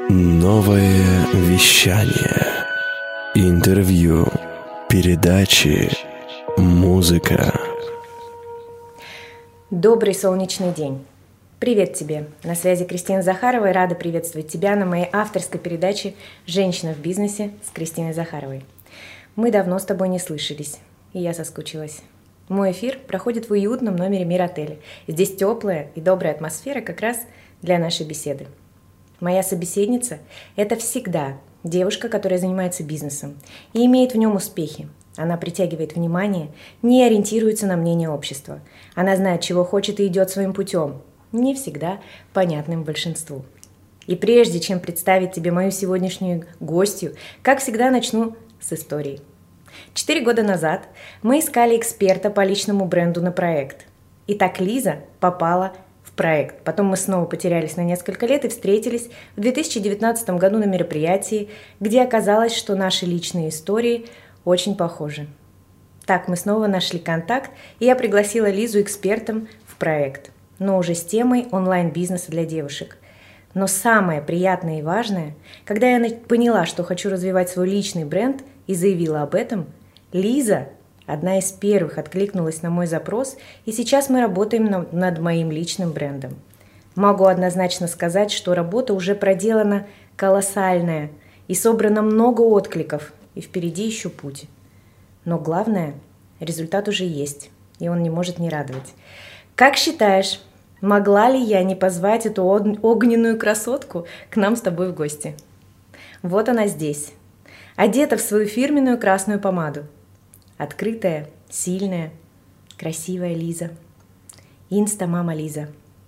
Новое вещание. Интервью. Передачи. Музыка. Добрый солнечный день. Привет тебе. На связи Кристина Захарова и рада приветствовать тебя на моей авторской передаче «Женщина в бизнесе» с Кристиной Захаровой. Мы давно с тобой не слышались, и я соскучилась. Мой эфир проходит в уютном номере Мир-отеля. Здесь теплая и добрая атмосфера как раз для нашей беседы. Моя собеседница – это всегда девушка, которая занимается бизнесом и имеет в нем успехи. Она притягивает внимание, не ориентируется на мнение общества. Она знает, чего хочет и идет своим путем, не всегда понятным большинству. И прежде чем представить тебе мою сегодняшнюю гостью, как всегда начну с истории. 4 года назад мы искали эксперта по личному бренду на проект. И так Лиза попала в проект. Потом мы снова потерялись на несколько лет и встретились в 2019 году на мероприятии, где оказалось, что наши личные истории очень похожи. Так мы снова нашли контакт, и я пригласила Лизу экспертом в проект, но уже с темой онлайн-бизнеса для девушек. Но самое приятное и важное, когда я поняла, что хочу развивать свой личный бренд и заявила об этом, Лиза, одна из первых, откликнулась на мой запрос, и сейчас мы работаем над моим личным брендом. Могу однозначно сказать, что работа уже проделана колоссальная, и собрано много откликов, и впереди еще путь. Но главное, результат уже есть, и он не может не радовать. Как считаешь, могла ли я не позвать эту огненную красотку к нам с тобой в гости? Вот она здесь, одета в свою фирменную красную помаду. Открытая, сильная, красивая Лиза. Инста-мама Лиза.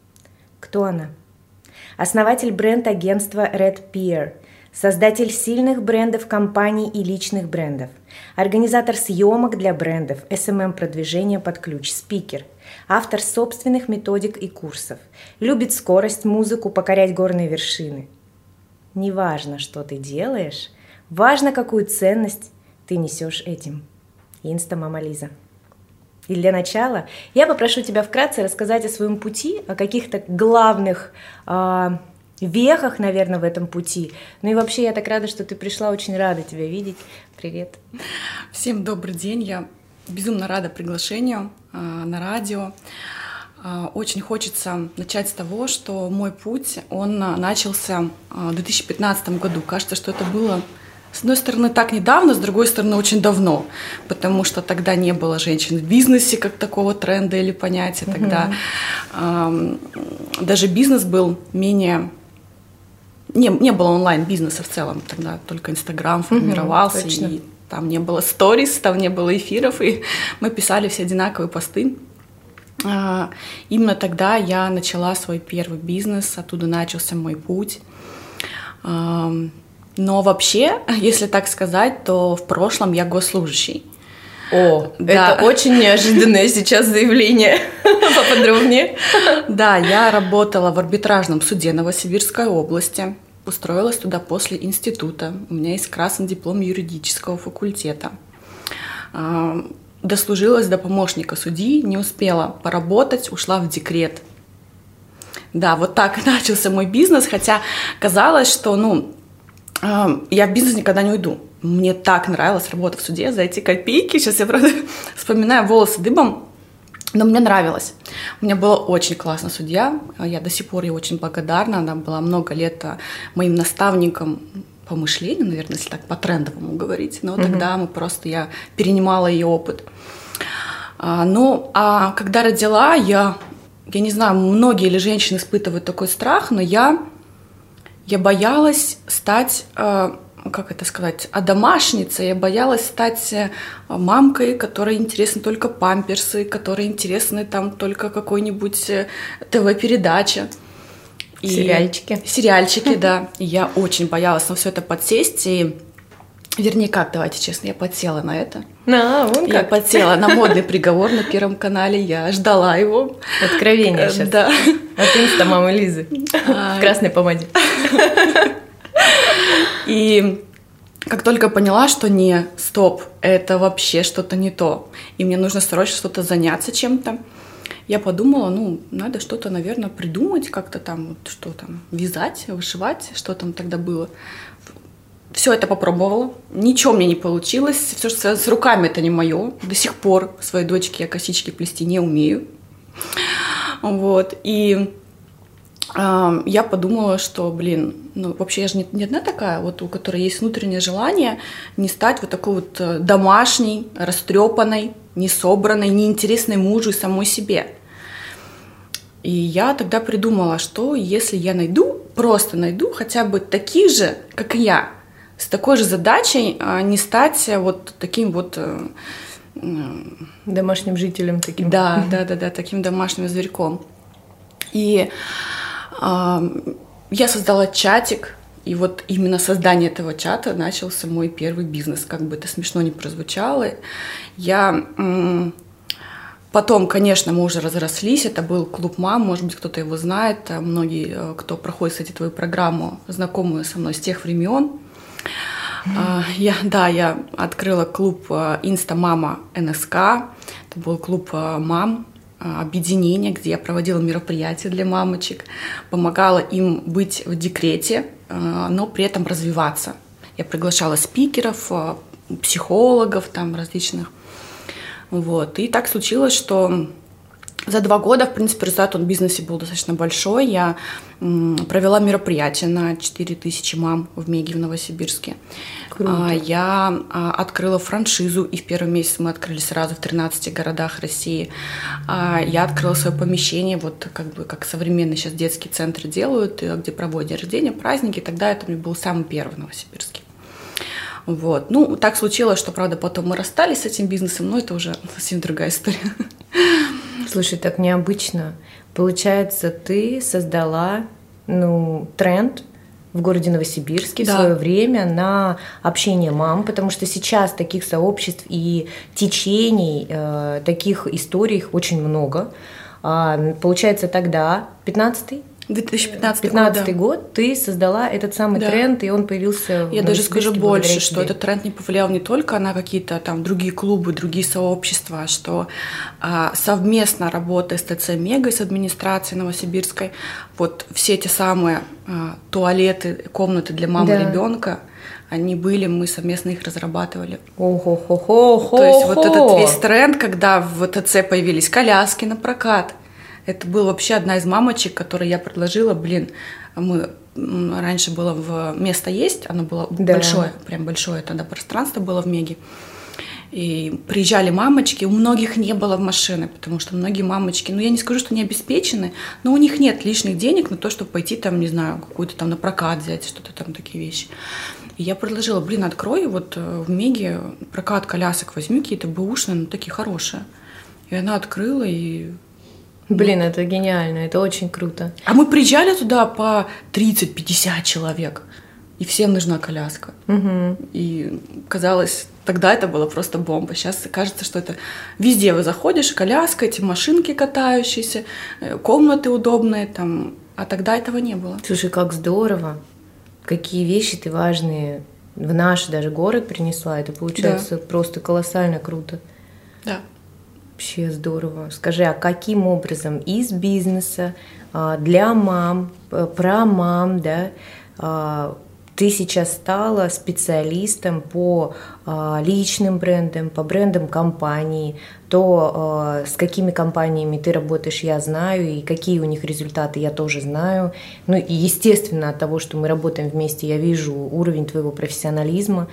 Кто она? Основатель бренд-агентства Red Peer, создатель сильных брендов компаний и личных брендов, организатор съемок для брендов, SMM-продвижение под ключ, спикер, автор собственных методик и курсов, любит скорость, музыку, покорять горные вершины. Неважно, что ты делаешь, важно, какую ценность ты несешь этим. Инста-мама Лиза. И для начала я попрошу тебя вкратце рассказать о своем пути, о каких-то главных вехах, наверное, в этом пути. Ну и вообще я так рада, что ты пришла, очень рада тебя видеть. Привет. Всем добрый день, я безумно рада приглашению на радио. Очень хочется начать с того, что мой путь, он начался в 2015 году. Кажется, что это было, с одной стороны, так недавно, с другой стороны, очень давно, потому что тогда не было женщин в бизнесе как такого тренда или понятия. Тогда даже бизнес был менее... Не было онлайн-бизнеса в целом, тогда только Инстаграм формировался, и там не было сторис, там не было эфиров, и мы писали все одинаковые посты. Именно тогда я начала свой первый бизнес, оттуда начался мой путь. Но вообще, если так сказать, то в прошлом я госслужащий. О, да. Это очень неожиданное сейчас заявление. Поподробнее. Да, я работала в арбитражном суде Новосибирской области. Устроилась туда после института. У меня есть красный диплом юридического факультета. Дослужилась до помощника судьи, не успела поработать, ушла в декрет. Да, вот так начался мой бизнес, хотя казалось, что, я в бизнес никогда не уйду. Мне так нравилась работа в суде за эти копейки. Сейчас я, правда, вспоминаю, волосы дыбом. Но мне нравилось. У меня была очень классная судья. Я до сих пор ей очень благодарна. Она была много лет моим наставником по мышлению, наверное, если так по-трендовому говорить. Но тогда я перенимала ее опыт. А когда родила, я не знаю, многие ли женщины испытывают такой страх, но я боялась стать, одомашницей. Я боялась стать мамкой, которой интересны только памперсы, которой интересны там только какой-нибудь ТВ-передача. Сериальчики, да. И я очень боялась на все это подсесть. Давайте честно, я подсела на это. Я подсела на модный приговор на Первом канале, я ждала его. Откровение сейчас. Да. От инста-мамы Лизы в красной помаде. И как только поняла, что стоп, это вообще что-то не то, и мне нужно срочно что-то заняться чем-то, я подумала, надо что-то, наверное, придумать, как-то там, что там, вязать, вышивать, что там тогда было. Все это попробовала, ничего мне не получилось, все, что с руками, это не мое. До сих пор своей дочке я косички плести не умею. Вот, и я подумала, что, вообще я же не одна такая, вот у которой есть внутреннее желание не стать вот такой вот домашней, растрепанной, несобранной, неинтересной мужу и самой себе. И я тогда придумала, что если я просто найду хотя бы таких же, как и я, с такой же задачей не стать вот таким вот... Домашним жителем таким. Да, таким домашним зверьком. И я создала чатик, и вот именно создание этого чата начался мой первый бизнес, как бы это смешно ни прозвучало. Потом, конечно, мы уже разрослись, это был клуб мам, может быть, кто-то его знает, многие, кто проходит, кстати, твою программу, знакомые со мной с тех времен. Я открыла клуб Инстамама НСК, это был клуб мам, объединение, где я проводила мероприятия для мамочек, помогала им быть в декрете, но при этом развиваться. Я приглашала спикеров, психологов там различных. Вот. И так случилось, что за 2 года, в принципе, результат в бизнесе был достаточно большой. Я провела мероприятие на 4000 мам в Меге в Новосибирске. Круто. Я открыла франшизу, и в первый месяц мы открыли сразу в 13 городах России. Я открыла свое помещение, вот как современные сейчас детские центры делают, где проводят день рождения, праздники. Тогда это мне был самый первый в Новосибирске. Вот. Так случилось, что, правда, потом мы расстались с этим бизнесом, но это уже совсем другая история. Слушай, так необычно. Получается, ты создала тренд в городе Новосибирске в свое время на общение мам, потому что сейчас таких сообществ и течений, таких историй очень много. Получается, тогда, 2015 год ты создала этот самый тренд, и он появился в Я даже скажу больше, что тебе. этот тренд не повлиял не только на какие-то там другие клубы, другие сообщества, что совместно работая с ТЦ Мега и с администрацией Новосибирской, вот все эти самые туалеты, комнаты для мамы и ребенка, они были, мы совместно их разрабатывали. То есть вот этот весь тренд, когда в ТЦ появились коляски на прокат, это была вообще одна из мамочек, которой я предложила, раньше было место есть, оно было большое, прям большое тогда пространство было в Меге. И приезжали мамочки, у многих не было машины, потому что многие мамочки, я не скажу, что не обеспечены, но у них нет лишних денег на то, чтобы пойти там, не знаю, какую-то там на прокат взять, что-то там, такие вещи. И я предложила, открой вот в Меге прокат колясок, возьми какие-то бэушные, такие хорошие. И она открыла, и... Это гениально, это очень круто. А мы приезжали туда по 30-50 человек, и всем нужна коляска. Угу. И казалось, тогда это было просто бомба. Сейчас кажется, что это везде вы заходишь, коляска, эти машинки катающиеся, комнаты удобные там, а тогда этого не было. Слушай, как здорово, какие вещи ты важные в наш даже город принесла, это получается просто колоссально круто. Да. Вообще здорово. Скажи, а каким образом из бизнеса для мам, про мам, ты сейчас стала специалистом по личным брендам, по брендам компаний, то с какими компаниями ты работаешь, я знаю, и какие у них результаты, я тоже знаю. И естественно, от того, что мы работаем вместе, я вижу уровень твоего профессионализма.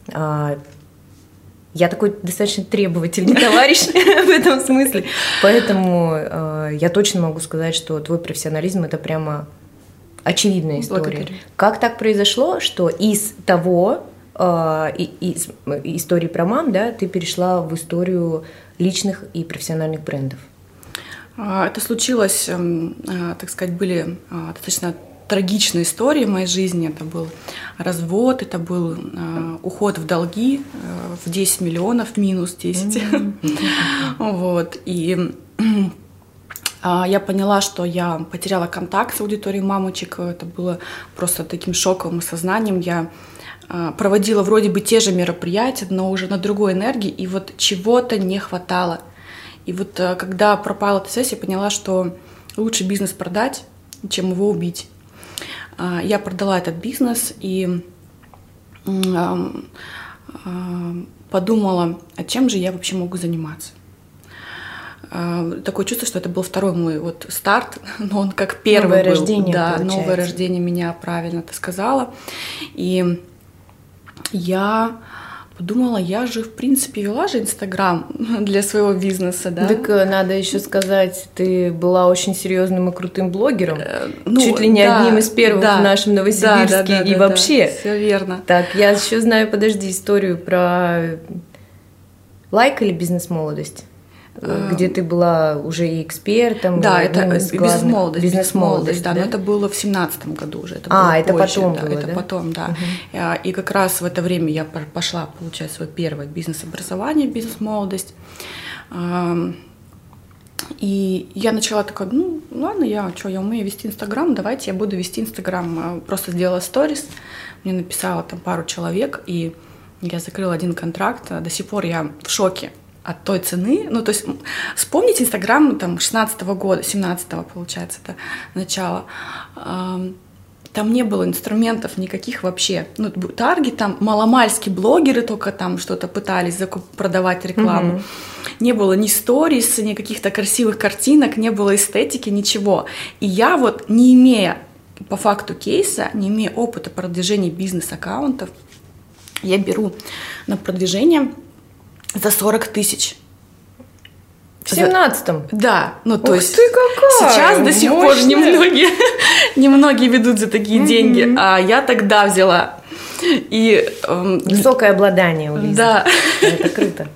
Я такой достаточно требовательный товарищ в этом смысле, поэтому я точно могу сказать, что твой профессионализм – это прямо очевидная история. Благодарю. Как так произошло, что из истории про мам, ты перешла в историю личных и профессиональных брендов? Это случилось, так сказать, были достаточно трагичные истории в моей жизни. Это был развод, это был уход в долги в 10 миллионов, минус 10. Вот. И я поняла, что я потеряла контакт с аудиторией мамочек. Это было просто таким шоковым осознанием. Я проводила вроде бы те же мероприятия, но уже на другой энергии, и вот чего-то не хватало. И вот когда пропала эта связь, я поняла, что лучше бизнес продать, чем его убить. Я продала этот бизнес и подумала, а чем же я вообще могу заниматься. Такое чувство, что это был второй мой вот старт, но он как первый новое был. Рождение, да, получается. новое рождение меня, правильно ты сказала. И я подумала, я же, в принципе, вела же Инстаграм для своего бизнеса, да? Так надо еще сказать, ты была очень серьезным и крутым блогером, чуть ли не одним из первых в нашем Новосибирске и вообще. Все верно. Так, я еще знаю, подожди, историю про лайк или бизнес-молодость, где ты была уже и экспертом. Да, и это бизнес-молодость. Бизнес-молодость, да, да? но это было в 2017 году уже. Это это позже, потом да, было, это да? потом, да. И как раз в это время я пошла получать свое первое бизнес-образование, бизнес-молодость. И я начала такая, ну ладно, я умею вести Инстаграм, давайте я буду вести Инстаграм. Просто сделала сторис, мне написала там пару человек, и я закрыла один контракт. До сих пор я в шоке от той цены. Ну, то есть вспомните Инстаграм там 16-го года, 17-го, получается, это начало. Там не было инструментов никаких вообще. Ну, таргет, там маломальские блогеры только там что-то пытались продавать рекламу. Не было ни сторис, ни каких-то красивых картинок, не было эстетики, ничего. И я вот, не имея по факту кейса, не имея опыта продвижения бизнес-аккаунтов, я беру на продвижение за 40 тысяч. В 17-м? Да, ну то Ух есть ты какая сейчас до сих пор немногие ведут за такие деньги, а я тогда взяла. И высокое обладание у Лизы. Да. Это круто.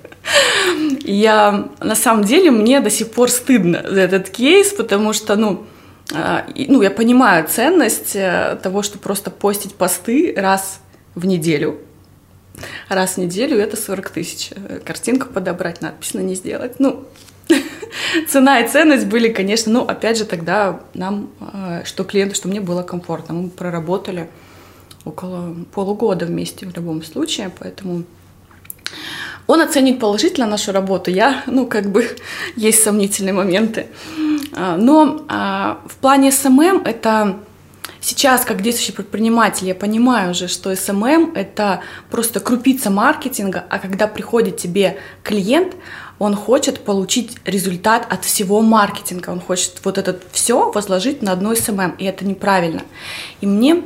На самом деле, мне до сих пор стыдно за этот кейс, потому что, я понимаю ценность того, что просто постить посты раз в неделю. Раз в неделю это 40 тысяч. Картинку подобрать, надпись на ней сделать. Цена и ценность были, конечно, опять же, тогда нам, что клиенту, что мне было комфортно. Мы проработали около полугода вместе в любом случае, поэтому он оценит положительно нашу работу. Есть сомнительные моменты. Но в плане СММ это... Сейчас, как действующий предприниматель, я понимаю уже, что СММ – это просто крупица маркетинга, а когда приходит тебе клиент, он хочет получить результат от всего маркетинга, он хочет вот это все возложить на одно СММ, и это неправильно. И мне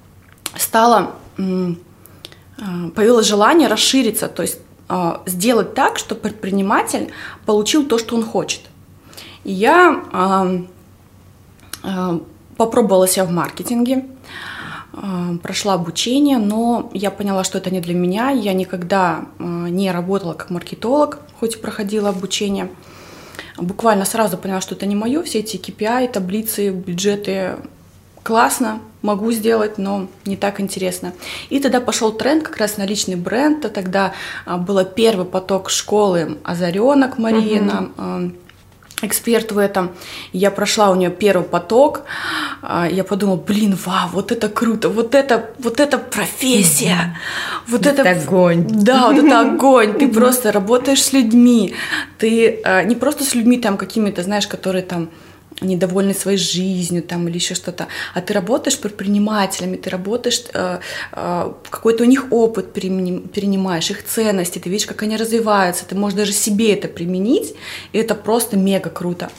появилось желание расшириться, то есть сделать так, чтобы предприниматель получил то, что он хочет. И я попробовала себя в маркетинге, прошла обучение, но я поняла, что это не для меня. Я никогда не работала как маркетолог, хоть и проходила обучение. Буквально сразу поняла, что это не мое. Все эти KPI, таблицы, бюджеты классно, могу сделать, но не так интересно. И тогда пошел тренд как раз на личный бренд. Тогда был первый поток школы «Озаренок» Марина, эксперт в этом. Я прошла у нее первый поток. Я подумала, вау, вот это круто, вот это профессия. Вот это огонь. Да, вот это огонь. Ты просто работаешь с людьми. Ты не просто с людьми там какими-то, знаешь, которые там недовольны своей жизнью там, или еще что-то, а ты работаешь с предпринимателями, ты работаешь, какой-то у них опыт перенимаешь, их ценности, ты видишь, как они развиваются, ты можешь даже себе это применить, и это просто мега круто.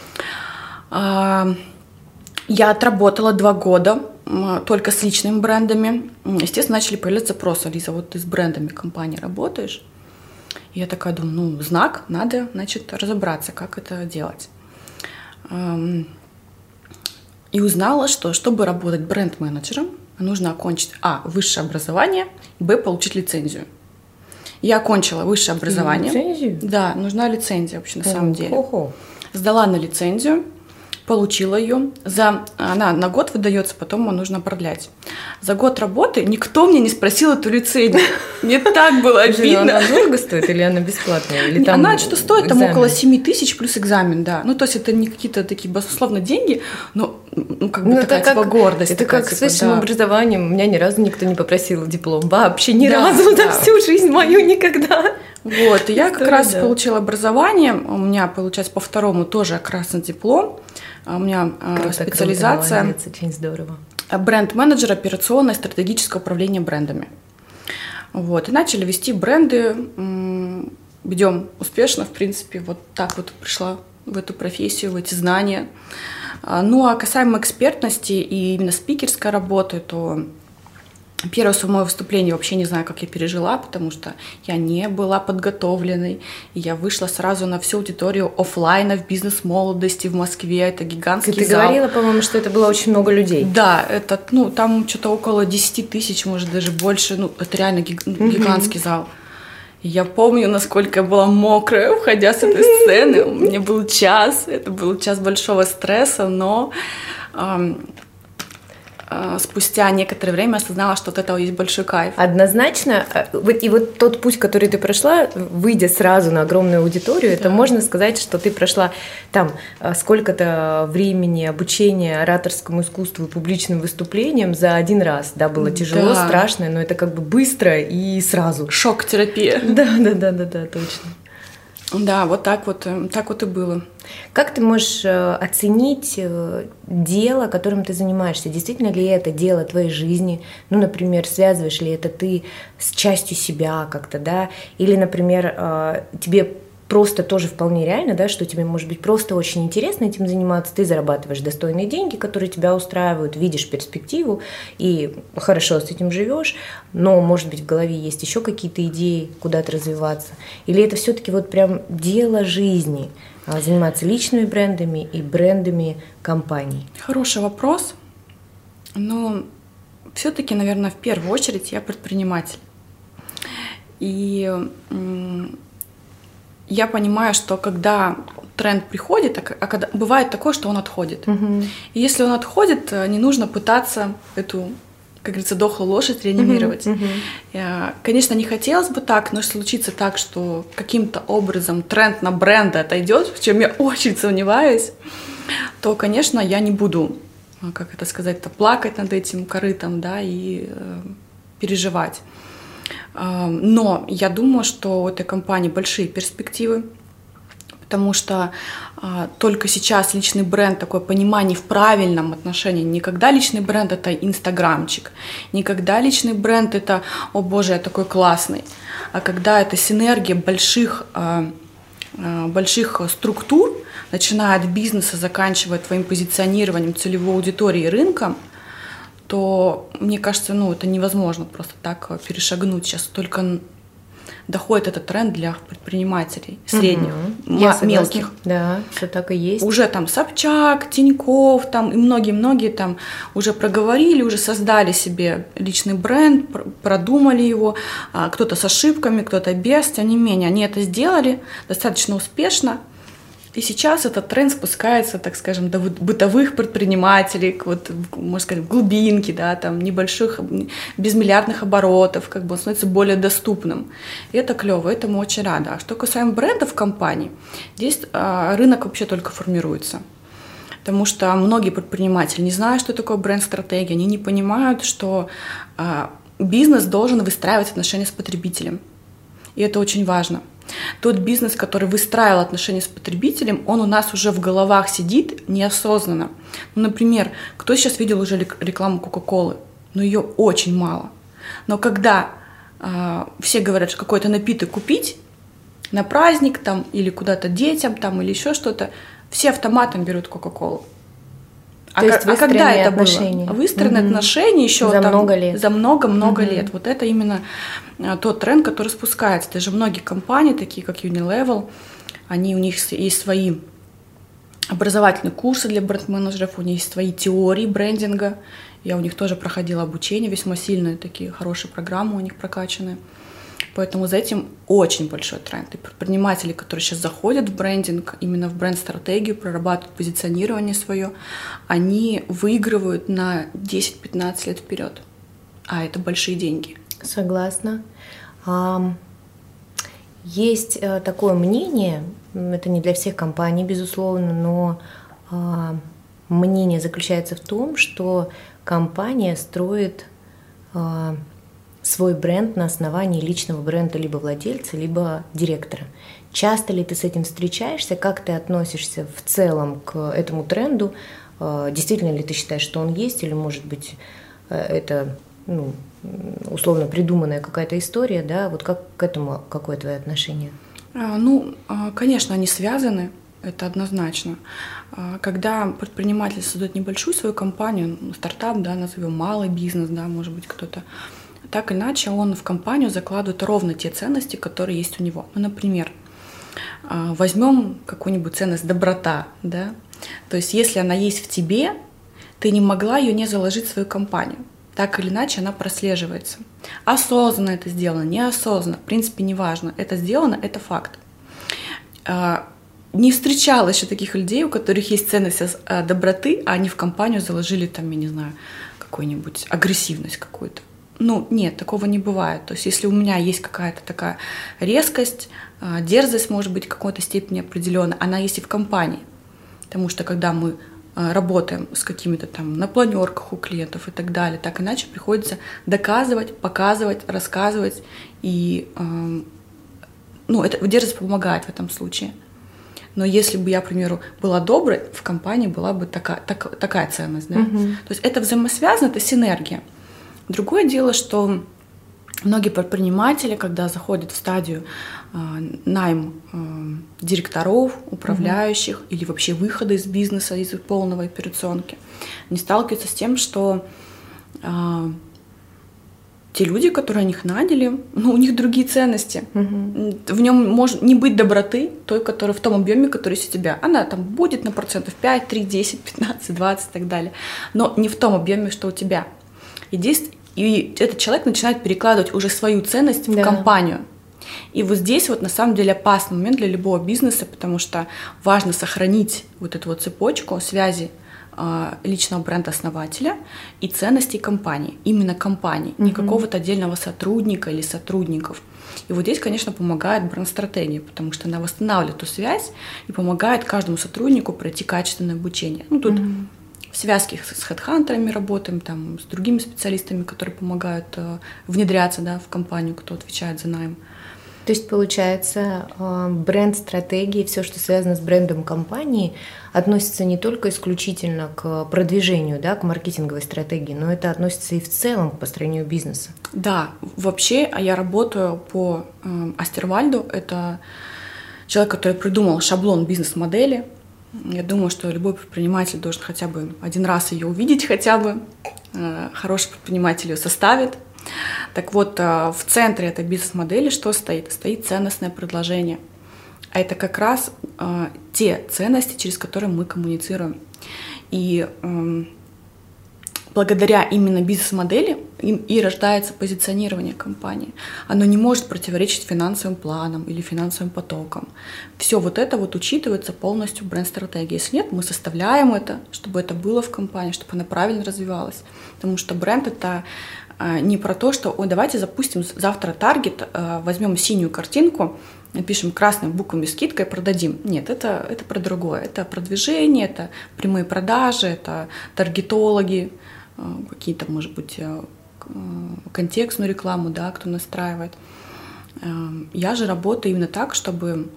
Я отработала 2 года только с личными брендами. Естественно, начали появляться запросы: Лиза, вот ты с брендами компании работаешь? И я такая думаю, знак, надо, значит, разобраться, как это делать. И узнала, что чтобы работать бренд-менеджером, нужно окончить высшее образование, получить лицензию. Я окончила высшее образование. Лицензию? Да, нужна лицензия вообще на самом деле. Сдала на лицензию, получила ее. Она на год выдается, потом ее нужно продлять. За год работы никто мне не спросил эту лицензию. Мне так было обидно. Она дорого стоит или она бесплатная? Или она что стоит? Там около 7 тысяч плюс экзамен, да. То есть это не какие-то такие баснословные деньги, но такая гордость. Это как с высшим образованием. У меня ни разу никто не попросил диплом. Вообще ни разу за всю жизнь мою никогда. Вот, и я как раз получила образование, у меня, получается, по второму тоже красный диплом, у меня специализация. Молодец, очень здорово. Бренд-менеджер операционное и стратегическое управление брендами. Вот, и начали вести бренды, ведем успешно, в принципе, вот так вот пришла в эту профессию, в эти знания. Ну, а касаемо экспертности и именно спикерской работы, то первое мое выступление вообще не знаю, как я пережила, потому что я не была подготовленной. И я вышла сразу на всю аудиторию офлайна в бизнес-молодости в Москве. Это гигантский зал. Ты говорила, по-моему, что это было очень много людей. Да, это, ну, там что-то около 10 тысяч, может, даже больше. Ну, это реально гигантский зал. И я помню, насколько я была мокрая, уходя с этой сцены. У меня был час, это был час большого стресса, но спустя некоторое время осознала, что от этого есть большой кайф. Однозначно. И вот тот путь, который ты прошла, выйдя сразу на огромную аудиторию, это можно сказать, что ты прошла там сколько-то времени обучения ораторскому искусству и публичным выступлениям за один раз. Да, было тяжело, страшно, но это как бы быстро и сразу. Шок-терапия. Да, точно. Да, вот так вот и было. Как ты можешь оценить дело, которым ты занимаешься? Действительно ли это дело твоей жизни? Ну, например, связываешь ли это ты с частью себя как-то, да? Или, например, тебе просто тоже вполне реально, да, что тебе, может быть, просто очень интересно этим заниматься, ты зарабатываешь достойные деньги, которые тебя устраивают, видишь перспективу и хорошо с этим живешь, но, может быть, в голове есть еще какие-то идеи, куда-то развиваться. Или это все-таки вот прям дело жизни, заниматься личными брендами и брендами компаний? Хороший вопрос. Но все-таки, наверное, в первую очередь я предприниматель. И я понимаю, что когда тренд приходит, когда бывает такое, что он отходит. И если он отходит, не нужно пытаться эту, как говорится, дохлую лошадь реанимировать. Конечно, не хотелось бы так, но если случится так, что каким-то образом тренд на бренды отойдет, в чем я очень сомневаюсь, то, конечно, я не буду, как это сказать-то, плакать над этим корытом, да, и переживать. Но я думаю, что у этой компании большие перспективы, потому что только сейчас личный бренд, такое понимание в правильном отношении, никогда личный бренд — это инстаграмчик, никогда личный бренд — это «О боже, я такой классный», а когда это синергия больших структур, начиная от бизнеса, заканчивая твоим позиционированием целевой аудитории и рынком, то, мне кажется, это невозможно просто так перешагнуть. Сейчас только доходит этот тренд для предпринимателей средних, мелких. Да, все так и есть. Уже там Собчак, Тинькофф, там и многие-многие там уже проговорили, уже создали себе личный бренд, продумали его, кто-то с ошибками, кто-то без, тем не менее, они это сделали достаточно успешно. И сейчас этот тренд спускается, так скажем, до бытовых предпринимателей, вот, можно сказать, в глубинки, да, там, небольших, без миллиардных оборотов, как бы он становится более доступным. И это клево, этому очень рада. А что касаемо брендов компаний, здесь рынок вообще только формируется. Потому что многие предприниматели не знают, что такое бренд-стратегия, они не понимают, что бизнес должен выстраивать отношения с потребителем. И это очень важно. Тот бизнес, который выстраивал отношения с потребителем, он у нас уже в головах сидит неосознанно. Ну, например, кто сейчас видел уже рекламу Кока-Колы? Ну, ее очень мало. Но когда все говорят, что какой-то напиток купить на праздник там, или куда-то детям там, или еще что-то, все автоматом берут Кока-Колу. То есть когда это отношения. Было? Выстроенные отношения еще за много лет. За много-много лет. Вот это именно тот тренд, который спускается. Даже многие компании, такие как Unilevel, у них есть свои образовательные курсы для бренд-менеджеров, у них есть свои теории брендинга. Я у них тоже проходила обучение, весьма сильные, такие хорошие программы у них прокачанные. Поэтому за этим очень большой тренд. И предприниматели, которые сейчас заходят в брендинг, именно в бренд-стратегию, прорабатывают позиционирование свое, они выигрывают на 10-15 лет вперед. А это большие деньги. Согласна. Есть такое мнение, это не для всех компаний, безусловно, но мнение заключается в том, что компания строит свой бренд на основании личного бренда либо владельца, либо директора. Часто ли ты с этим встречаешься? Как ты относишься в целом к этому тренду? Действительно ли ты считаешь, что он есть, или, может быть, это условно придуманная какая-то история, да? Вот как к этому, какое твое отношение? Конечно, они связаны, это однозначно. Когда предприниматель создает небольшую свою компанию, стартап, да, назовем малый бизнес, да, может быть, кто-то, так иначе он в компанию закладывает ровно те ценности, которые есть у него. Например, возьмем какую-нибудь ценность доброта, да, то есть если она есть в тебе, ты не могла ее не заложить в свою компанию. Так или иначе она прослеживается. Осознанно это сделано, неосознанно, в принципе, неважно. Это сделано, это факт. Не встречала еще таких людей, у которых есть ценность доброты, а они в компанию заложили там, я не знаю, какую-нибудь агрессивность какую-то. Нет, такого не бывает. То есть если у меня есть какая-то такая резкость, дерзость, может быть, в какой-то степени определенная, она есть и в компании. Потому что когда мы работаем с какими-то там на планерках у клиентов и так далее, так иначе приходится доказывать, показывать, рассказывать. И дерзость помогает в этом случае. Но если бы я, к примеру, была доброй, в компании была бы такая ценность. Да? То есть это взаимосвязано, это синергия. Другое дело, что многие предприниматели, когда заходят в стадию найм директоров, управляющих или вообще выхода из бизнеса, из полной операционки, они сталкиваются с тем, что те люди, которые них наняли, у них другие ценности. В нем может не быть доброты, той, которая в том объеме, который есть у тебя. Она там будет на процентов 5, 3, 10, 15, 20 и так далее. Но не в том объеме, что у тебя. И этот человек начинает перекладывать уже свою ценность в компанию. И вот здесь вот на самом деле опасный момент для любого бизнеса, потому что важно сохранить вот эту вот цепочку связи личного бренда-основателя и ценностей компании, именно компании, не какого-то отдельного сотрудника или сотрудников. И вот здесь, конечно, помогает бренд-стратегия, потому что она восстанавливает эту связь и помогает каждому сотруднику пройти качественное обучение. Тут в связке с хедхантерами работаем, там, с другими специалистами, которые помогают внедряться, да, в компанию, кто отвечает за найм. То есть, получается, бренд-стратегии, все, что связано с брендом компании, относится не только исключительно к продвижению, да, к маркетинговой стратегии, но это относится и в целом к построению бизнеса. Да, вообще я работаю по Астервальду. Это человек, который придумал шаблон бизнес-модели. Я думаю, что любой предприниматель должен хотя бы один раз ее увидеть, хотя бы. Хороший предприниматель ее составит. Так вот, в центре этой бизнес-модели что стоит? Стоит ценностное предложение. А это как раз те ценности, через которые мы коммуницируем. И благодаря именно бизнес-модели и рождается позиционирование компании. Оно не может противоречить финансовым планам или финансовым потокам. Все вот это вот учитывается полностью в бренд-стратегии. Если нет, мы составляем это, чтобы это было в компании, чтобы она правильно развивалась. Потому что бренд — это не про то, что давайте запустим завтра таргет, возьмем синюю картинку, напишем красными буквами скидкой и продадим. Нет, это про другое. Это продвижение, это прямые продажи, это таргетологи, какие-то, может быть, контекстную рекламу, да, кто настраивает. Я же работаю именно так, чтобы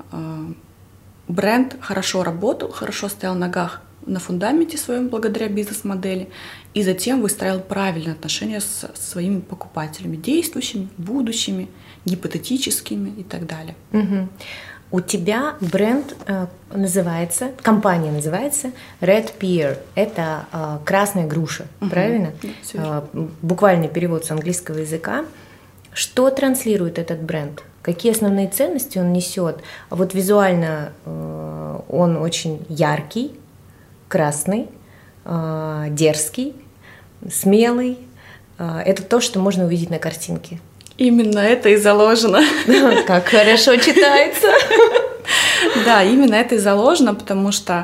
бренд хорошо работал, хорошо стоял на ногах на фундаменте своем благодаря бизнес-модели, и затем выстраивал правильные отношения с своими покупателями, действующими, будущими, гипотетическими и так далее. У тебя бренд называется, компания называется Red Pear. Это красная груша, правильно? Буквальный перевод с английского языка. Что транслирует этот бренд? Какие основные ценности он несет? Вот визуально он очень яркий, красный, дерзкий, смелый. Это то, что можно увидеть на картинке. Именно это и заложено. Как хорошо читается. Да, именно это и заложено, потому что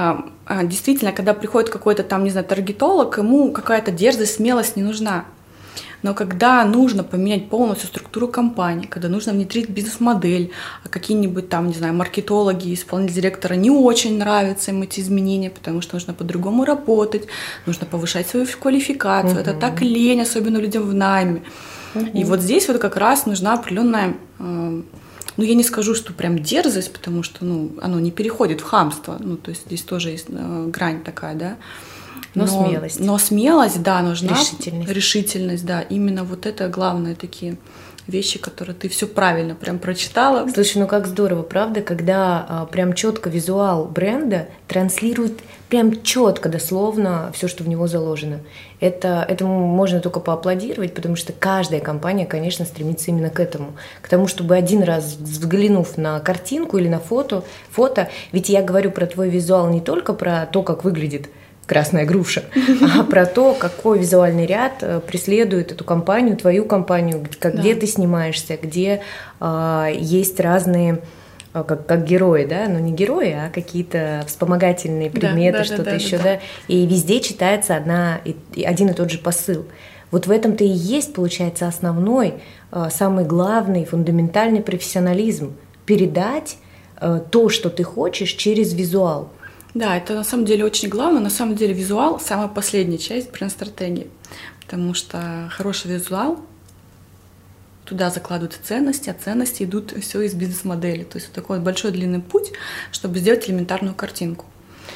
действительно, когда приходит какой-то там, не знаю, таргетолог, ему какая-то дерзость, смелость не нужна. Но когда нужно поменять полностью структуру компании, когда нужно внедрить бизнес-модель, а какие-нибудь там, не знаю, маркетологи, исполнительный директора не очень нравятся им эти изменения, потому что нужно по-другому работать, нужно повышать свою квалификацию. Это так лень, особенно людям в найме. И вот здесь вот как раз нужна определенная, я не скажу, что прям дерзость, потому что, оно не переходит в хамство. То есть здесь тоже есть грань такая, да. Но смелость. Но смелость, да, нужна. Решительность, да. Именно вот это главное такие вещи, которые ты все правильно прям прочитала. Слушай, как здорово, правда, когда прям четко визуал бренда транслирует прям четко, дословно все, что в него заложено. Этому можно только поаплодировать, потому что каждая компания, конечно, стремится именно к этому. К тому, чтобы один раз взглянув на картинку или на фото, ведь я говорю про твой визуал не только про то, как выглядит красная груша, а про то, какой визуальный ряд преследует эту компанию, твою компанию, где ты снимаешься, где есть разные, как герои, да, но не герои, а какие-то вспомогательные предметы, что-то еще, да, и везде читается один и тот же посыл. Вот в этом-то и есть, получается, основной, самый главный, фундаментальный профессионализм – передать то, что ты хочешь, через визуал. Да, это на самом деле очень главное. На самом деле визуал – самая последняя часть бренд-стратегии, потому что хороший визуал, туда закладываются ценности, а ценности идут все из бизнес-модели. То есть вот такой вот большой длинный путь, чтобы сделать элементарную картинку.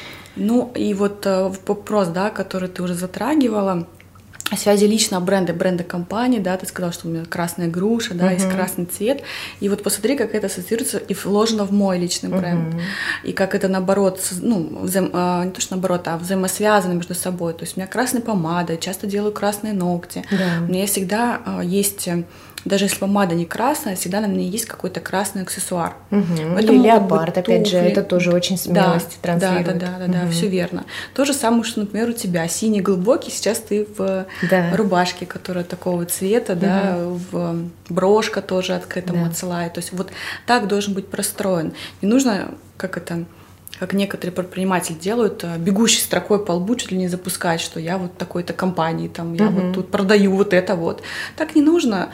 И вот вопрос, да, который ты уже затрагивала, о связи личного бренда компании, да, ты сказала, что у меня красная груша, да, есть красный цвет, и вот посмотри, как это ассоциируется и вложено в мой личный бренд, и как это наоборот, не то что наоборот, а взаимосвязано между собой, то есть у меня красная помада, я часто делаю красные ногти, у меня всегда есть, даже если помада не красная, всегда на мне есть какой-то красный аксессуар. Или леопард, опять же, это тоже очень смелость транслирует. Да, все верно. То же самое, что, например, у тебя синий глубокий, сейчас ты в рубашке, которая такого цвета, да, в брошка тоже к этому отсылает. То есть вот так должен быть простроен. Не нужно, как некоторые предприниматели делают, бегущей строкой по лбу чуть ли не запускать, что я вот такой-то компании, там, я вот тут продаю вот это вот. Так не нужно.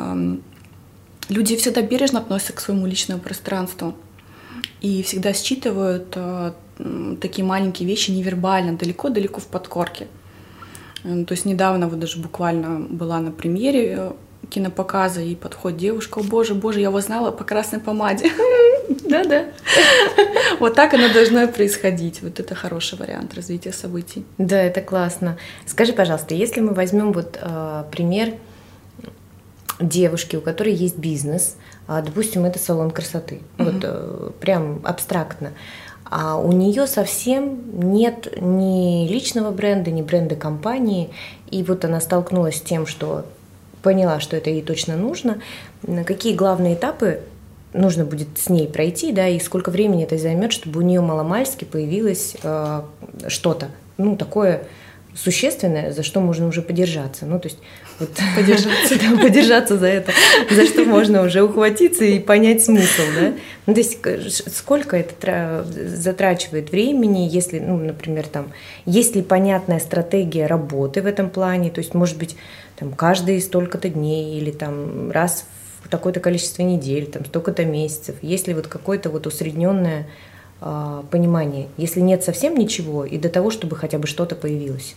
Люди всегда бережно относятся к своему личному пространству и всегда считывают такие маленькие вещи невербально, далеко-далеко в подкорке. То есть недавно вот даже буквально была на премьере кинопоказа, и подходит девушка: «О, боже, я вас знала по красной помаде». Да. Вот так оно должно и происходить. Вот это хороший вариант развития событий. Да, это классно. Скажи, пожалуйста, если мы возьмем вот пример девушки, у которой есть бизнес, допустим, это салон красоты, вот прям абстрактно, а у нее совсем нет ни личного бренда, ни бренда компании, и вот она столкнулась с тем, что поняла, что это ей точно нужно. Какие главные этапы нужно будет с ней пройти, да, и сколько времени это займет, чтобы у нее маломальски появилось что-то, такое существенное, за что можно уже подержаться. То есть вот, подержаться за это, за что можно уже ухватиться и понять смысл, да. То есть сколько это затрачивает времени, если, например, есть ли понятная стратегия работы в этом плане, то есть, может быть, каждые столько-то дней или раз в такое-то количество недель, столько-то месяцев, есть ли вот какое-то вот усредненное понимание, если нет совсем ничего, и до того, чтобы хотя бы что-то появилось?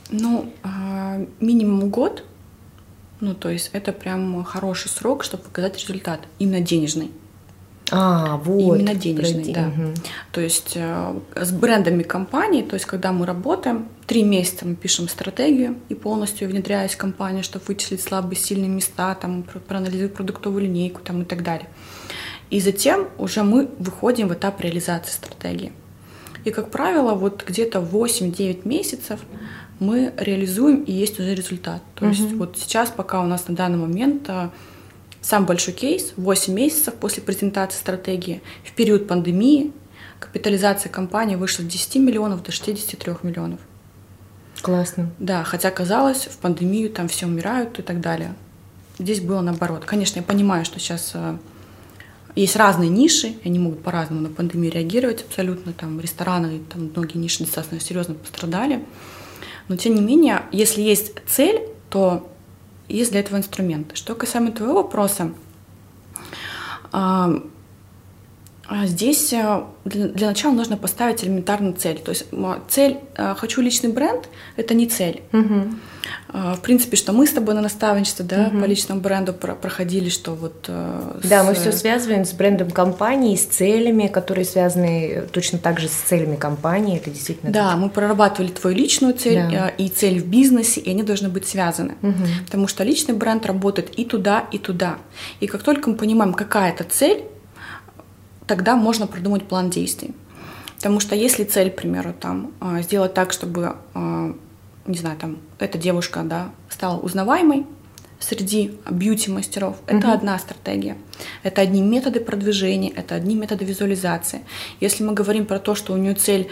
Минимум год, то есть это прям хороший срок, чтобы показать результат, именно денежный. Вот. Именно денежный, да. То есть с брендами компании, то есть когда мы работаем, 3 месяца мы пишем стратегию и полностью внедряясь в компанию, чтобы вычислить слабые, сильные места, проанализировать продуктовую линейку и так далее. И затем уже мы выходим в этап реализации стратегии. И, как правило, вот где-то 8-9 месяцев мы реализуем, и есть уже результат. То есть вот сейчас, пока у нас на данный момент самый большой кейс, 8 месяцев после презентации стратегии, в период пандемии капитализация компании вышла с 10 миллионов до 63 миллионов. Классно. Да, хотя казалось, в пандемию все умирают и так далее. Здесь было наоборот. Конечно, я понимаю, что сейчас есть разные ниши, и они могут по-разному на пандемию реагировать абсолютно. Рестораны, многие ниши достаточно серьезно пострадали. Но тем не менее, если есть цель, то есть для этого инструменты. Что касаемо твоего вопроса, здесь для начала нужно поставить элементарную цель. То есть цель «хочу личный бренд» — это не цель. В принципе, что мы с тобой на наставничестве, по личному бренду проходили, что вот... мы все связываем с брендом компании, с целями, которые связаны точно так же с целями компании. Это действительно... Да, мы прорабатывали твою личную цель и цель в бизнесе, и они должны быть связаны. Потому что личный бренд работает и туда, и туда. И как только мы понимаем, какая это цель, тогда можно продумать план действий. Потому что если цель, к примеру, сделать так, чтобы, не знаю, эта девушка, стала узнаваемой среди бьюти-мастеров, это одна стратегия. Это одни методы продвижения, это одни методы визуализации. Если мы говорим про то, что у нее цель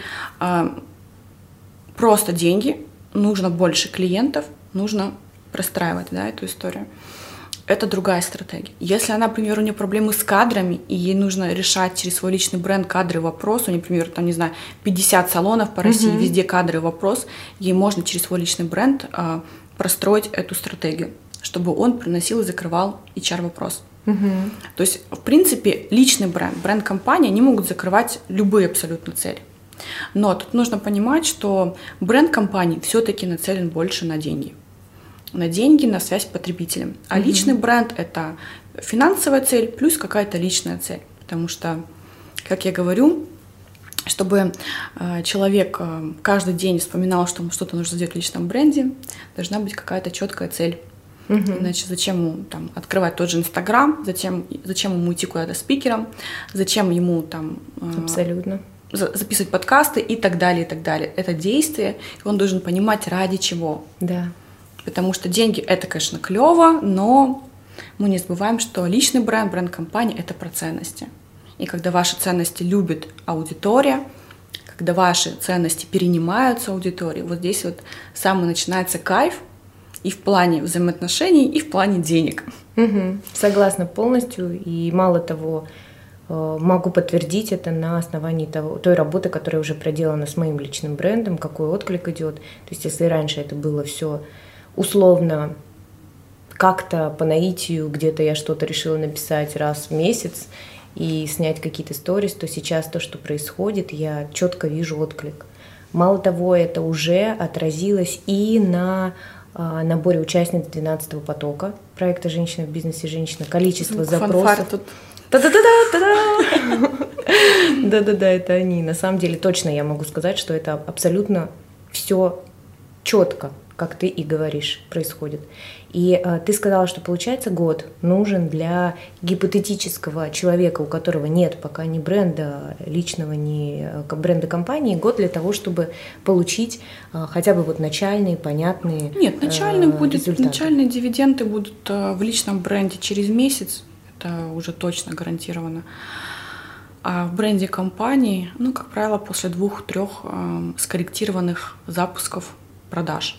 просто деньги, нужно больше клиентов, нужно простраивать эту историю. Это другая стратегия. Если она, например, у нее проблемы с кадрами, и ей нужно решать через свой личный бренд кадры вопрос, у нее, например, 50 салонов по России, везде кадры вопрос, ей можно через свой личный бренд простроить эту стратегию, чтобы он приносил и закрывал HR-вопрос. То есть, в принципе, личный бренд компании, они могут закрывать любые абсолютно цели. Но тут нужно понимать, что бренд компании все-таки нацелен больше на деньги. На деньги, на связь с потребителем. А личный бренд — это финансовая цель плюс какая-то личная цель. Потому что, как я говорю, чтобы человек каждый день вспоминал, что что-то нужно сделать в личном бренде, должна быть какая-то четкая цель. Иначе зачем ему открывать тот же Инстаграм, зачем ему идти куда-то спикером, зачем ему Абсолютно. Записывать подкасты и так далее, и так далее. Это действие, и он должен понимать, ради чего. Да. Потому что деньги — это, конечно, клево, но мы не забываем, что личный бренд компании — это про ценности. И когда ваши ценности любит аудитория, когда ваши ценности перенимаются аудиторией, вот здесь вот самый начинается кайф и в плане взаимоотношений, и в плане денег. Согласна полностью. И мало того, могу подтвердить это на основании той работы, которая уже проделана с моим личным брендом, какой отклик идет. То есть если раньше это было все условно, как-то по наитию, где-то я что-то решила написать раз в месяц и снять какие-то сторис, то сейчас то, что происходит, я четко вижу отклик. Мало того, это уже отразилось и на наборе участниц 12-го потока проекта «Женщина в бизнесе», «Женщина», количество запросов. Да-да-да, это они. На самом деле, точно я могу сказать, что это абсолютно все четко, как ты и говоришь, происходит. И ты сказала, что, получается, год нужен для гипотетического человека, у которого нет пока ни бренда личного, ни бренда компании, год для того, чтобы получить хотя бы вот начальные, понятные результаты. Начальные дивиденды будут в личном бренде через месяц, это уже точно гарантировано. А в бренде компании, как правило, после 2-3 скорректированных запусков продаж.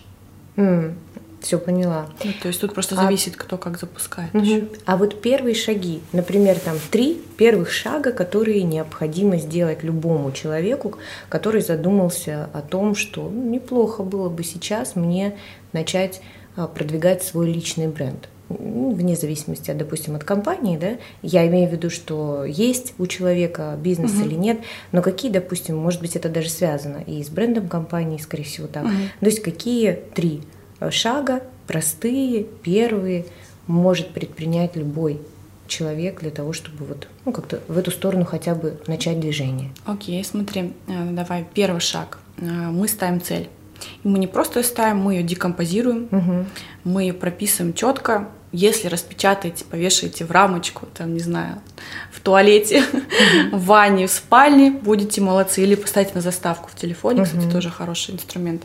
Все поняла. То есть тут просто зависит, кто как запускает. А вот первые шаги, например, 3 первых шага, которые необходимо сделать любому человеку, который задумался о том, что неплохо было бы сейчас мне начать продвигать свой личный бренд. Вне зависимости, допустим, от компании, да, я имею в виду, что есть у человека бизнес или нет, но какие, допустим, может быть, это даже связано и с брендом компании, скорее всего, так. То есть какие 3 шага, простые, первые, может предпринять любой человек для того, чтобы как-то в эту сторону хотя бы начать движение? Окей, смотри, давай, первый шаг. Мы ставим цель. И мы не просто ее ставим, мы ее декомпозируем, мы ее прописываем четко. Если распечатаете, повешаете в рамочку, не знаю, в туалете, в ванне, в спальне, будете молодцы. Или поставите на заставку в телефоне, кстати, тоже хороший инструмент.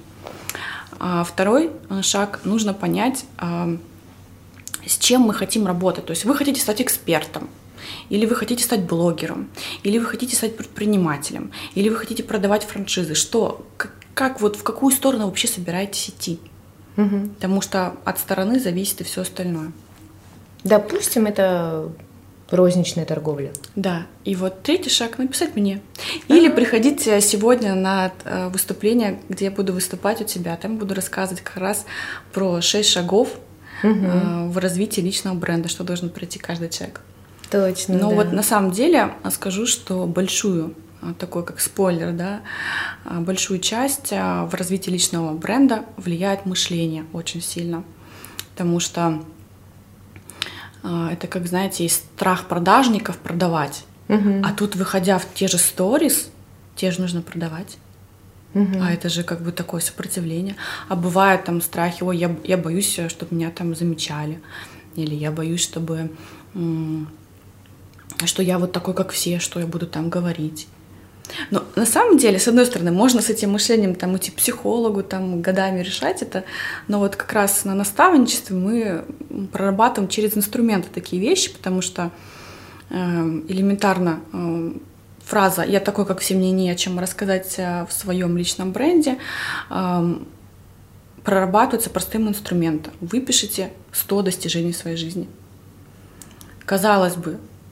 Второй шаг, нужно понять, с чем мы хотим работать. То есть вы хотите стать экспертом, или вы хотите стать блогером, или вы хотите стать предпринимателем, или вы хотите продавать франшизы. Как в какую сторону вообще собираетесь идти? Потому что от стороны зависит и все остальное. Допустим, это розничная торговля. Да, и вот третий шаг — написать мне. Или приходите сегодня на выступление, где я буду выступать у тебя. Там буду рассказывать как раз про 6 шагов в развитии личного бренда, что должен пройти каждый человек. Точно. Но да. вот на самом деле скажу, что большую, такой как спойлер, да, большую часть в развитии личного бренда влияет мышление очень сильно. Потому что это, как, знаете, есть страх продажников продавать. А тут, выходя в те же сторис, те же нужно продавать. А это же как бы такое сопротивление. А бывают там страхи: ой, я боюсь, чтобы меня там замечали. Или я боюсь, что я вот такой, как все, что я буду там говорить. Но на самом деле, с одной стороны, можно с этим мышлением там идти к психологу, там годами решать это, но вот как раз на наставничестве мы прорабатываем через инструменты такие вещи, потому что элементарно фраза «я такой, как все, мне не о чем рассказать в своем личном бренде» прорабатывается простым инструментом. Выпишите 100 достижений в своей жизни. Казалось бы,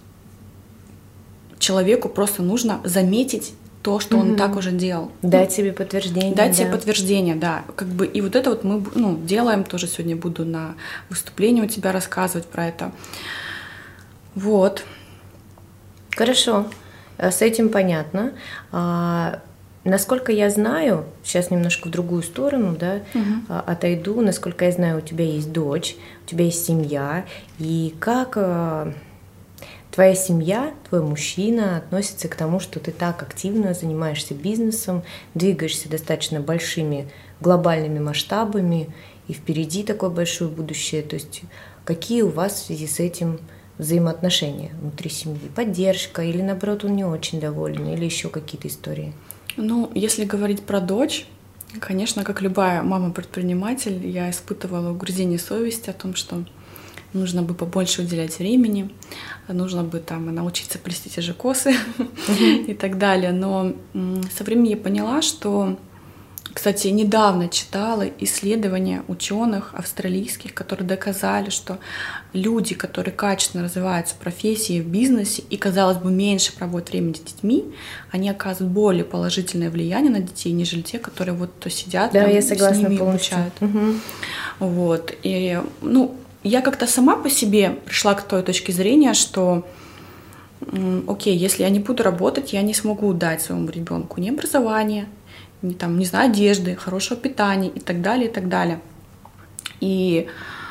человеку просто нужно заметить то, что он так уже делал. Дать себе подтверждение. Дать себе подтверждение, да. Как бы, и вот это вот мы делаем, тоже сегодня буду на выступлении у тебя рассказывать про это. Вот. Хорошо, с этим понятно. Насколько я знаю, сейчас немножко в другую сторону, да, отойду. Насколько я знаю, у тебя есть дочь, у тебя есть семья. И как твоя семья, твой мужчина относится к тому, что ты так активно занимаешься бизнесом, двигаешься достаточно большими глобальными масштабами, и впереди такое большое будущее. То есть какие у вас в связи с этим взаимоотношения внутри семьи? Поддержка или, наоборот, он не очень доволен, или еще какие-то истории? Ну, если говорить про дочь, конечно, как любая мама-предприниматель, я испытывала угрызение совести о том, что нужно бы побольше уделять времени, нужно бы там научиться плести те же косы и так далее. Но со временем я поняла, что, кстати, недавно читала исследования ученых австралийских, которые доказали, что люди, которые качественно развиваются в профессии, в бизнесе и, казалось бы, меньше проводят времени с детьми, они оказывают более положительное влияние на детей, нежели те, которые вот сидят, да, там, я согласна, с ними полностью обучают. Вот. И, я как-то сама по себе пришла к той точке зрения, что окей, если я не буду работать, я не смогу дать своему ребенку ни образование, не знаю, одежды, хорошего питания и так далее, и так далее. И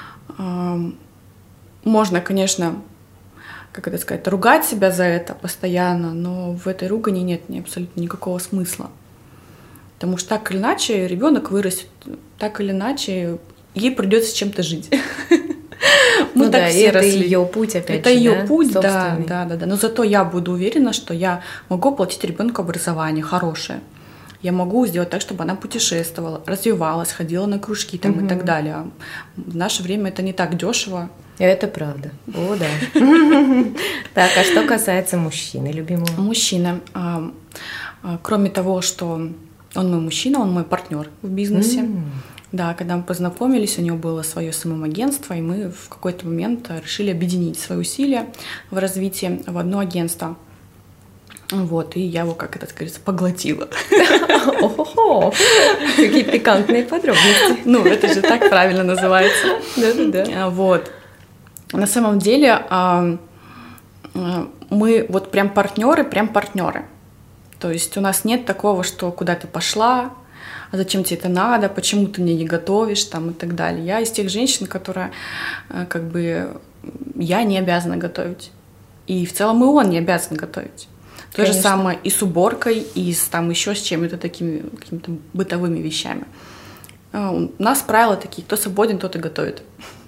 можно, конечно, как это сказать, ругать себя за это постоянно, но в этой ругани нет абсолютно никакого смысла. Потому что так или иначе ребенок вырастет, так или иначе ей придется с чем-то жить. Мы так все росли. Это ее путь, опять же. Это ее путь, да. Но зато я буду уверена, что я могу оплатить ребенку образование хорошее. Я могу сделать так, чтобы она путешествовала, развивалась, ходила на кружки там, и так далее. В наше время это не так дешево. Это правда. О, да. Так, а что касается мужчины любимого? Мужчина. Кроме того, что он мой мужчина, он мой партнер в бизнесе. Да, когда мы познакомились, у него было свое СММ-агентство, и мы в какой-то момент решили объединить свои усилия в развитии в одно агентство. Вот, и я его, как это говорится, поглотила. Ого, какие пикантные подробности. Ну, это же так правильно называется. Да. Вот. На самом деле мы вот прям партнеры. То есть у нас нет такого, что куда ты пошла, а зачем тебе это надо, почему ты мне не готовишь, там, и так далее. Я из тех женщин, которые, как бы, я не обязана готовить. И в целом и он не обязан готовить. То же самое и с уборкой, и там еще с чем-то такими какими-то бытовыми вещами. У нас правила такие: кто свободен, тот и готовит.